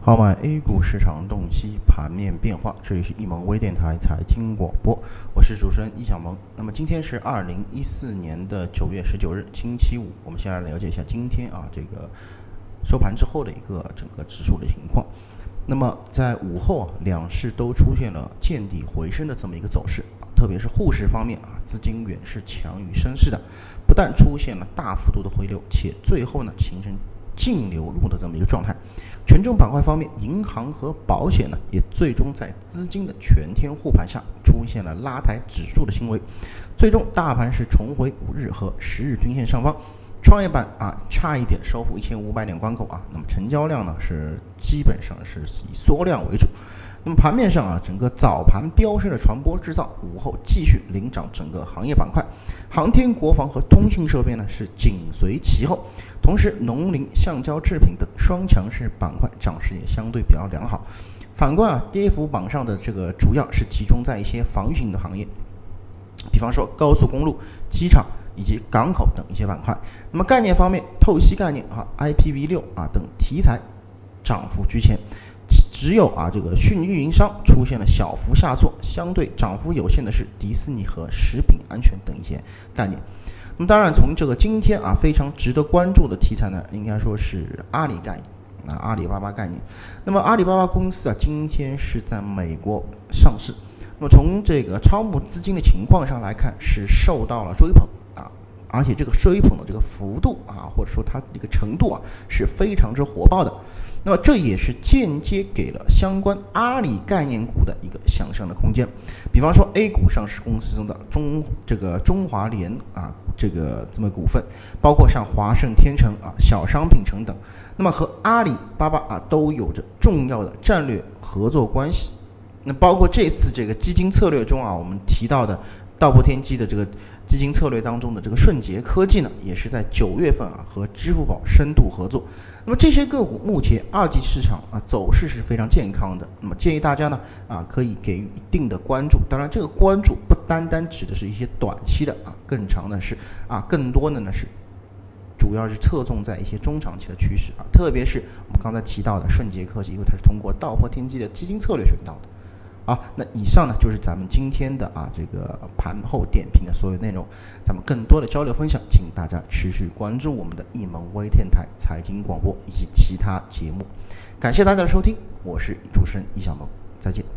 号脉 A 股市场洞悉盘面变化，这里是易盟微电台财经广播，我是主持人易小萌。那么今天是2014年的9月19日，星期五。我们先来了解一下今天这个收盘之后的一个整个指数的情况。那么在午后两市都出现了见底回升的这么一个走势，特别是沪市方面资金远是强于升势的，不但出现了大幅度的回流，且最后呢形成净流入的这么一个状态。权重板块方面，银行和保险呢也最终在资金的全天护盘下出现了拉抬指数的行为，最终大盘是重回5日和10日均线上方。创业板差一点收复1500点关口那么成交量呢是基本上是以缩量为主。那么盘面上整个早盘飙升的船舶制造，午后继续领涨整个行业板块，航天、国防和通信设备呢是紧随其后。同时，农林、橡胶制品等双强势板块涨势也相对比较良好。反观跌幅榜上的这个主要是集中在一些防御性的行业，比方说高速公路、机场以及港口等一些板块。那么概念方面，透析概念IPv6 等题材涨幅居前，只有这个虚拟运营商出现了小幅下挫，相对涨幅有限的是迪士尼和食品安全等一些概念。那么当然，从这个今天非常值得关注的题材呢，应该说是阿里概念阿里巴巴概念。那么阿里巴巴公司今天是在美国上市。那么从这个超募资金的情况上来看，是受到了追捧而且这个追捧的这个幅度或者说它这个程度是非常之火爆的。那么这也是间接给了相关阿里概念股的一个向上的空间。比方说 A 股上市公司中的中华联这么股份，包括像华盛天成小商品城等，那么和阿里巴巴都有着重要的战略合作关系。那包括这次这个基金策略中我们提到的道破天机的这个基金策略当中的这个顺捷科技呢，也是在9月份和支付宝深度合作。那么这些个股目前二级市场走势是非常健康的，那么建议大家呢可以给予一定的关注。当然这个关注不单单指的是一些短期的更长的是更多的呢是主要是侧重在一些中长期的趋势特别是我们刚才提到的顺捷科技，因为它是通过道破天机的基金策略选到的。那以上呢就是咱们今天的这个盘后点评的所有内容。咱们更多的交流分享，请大家持续关注我们的易盟微电台财经广播以及其他节目。感谢大家的收听，我是主持人易小萌，再见。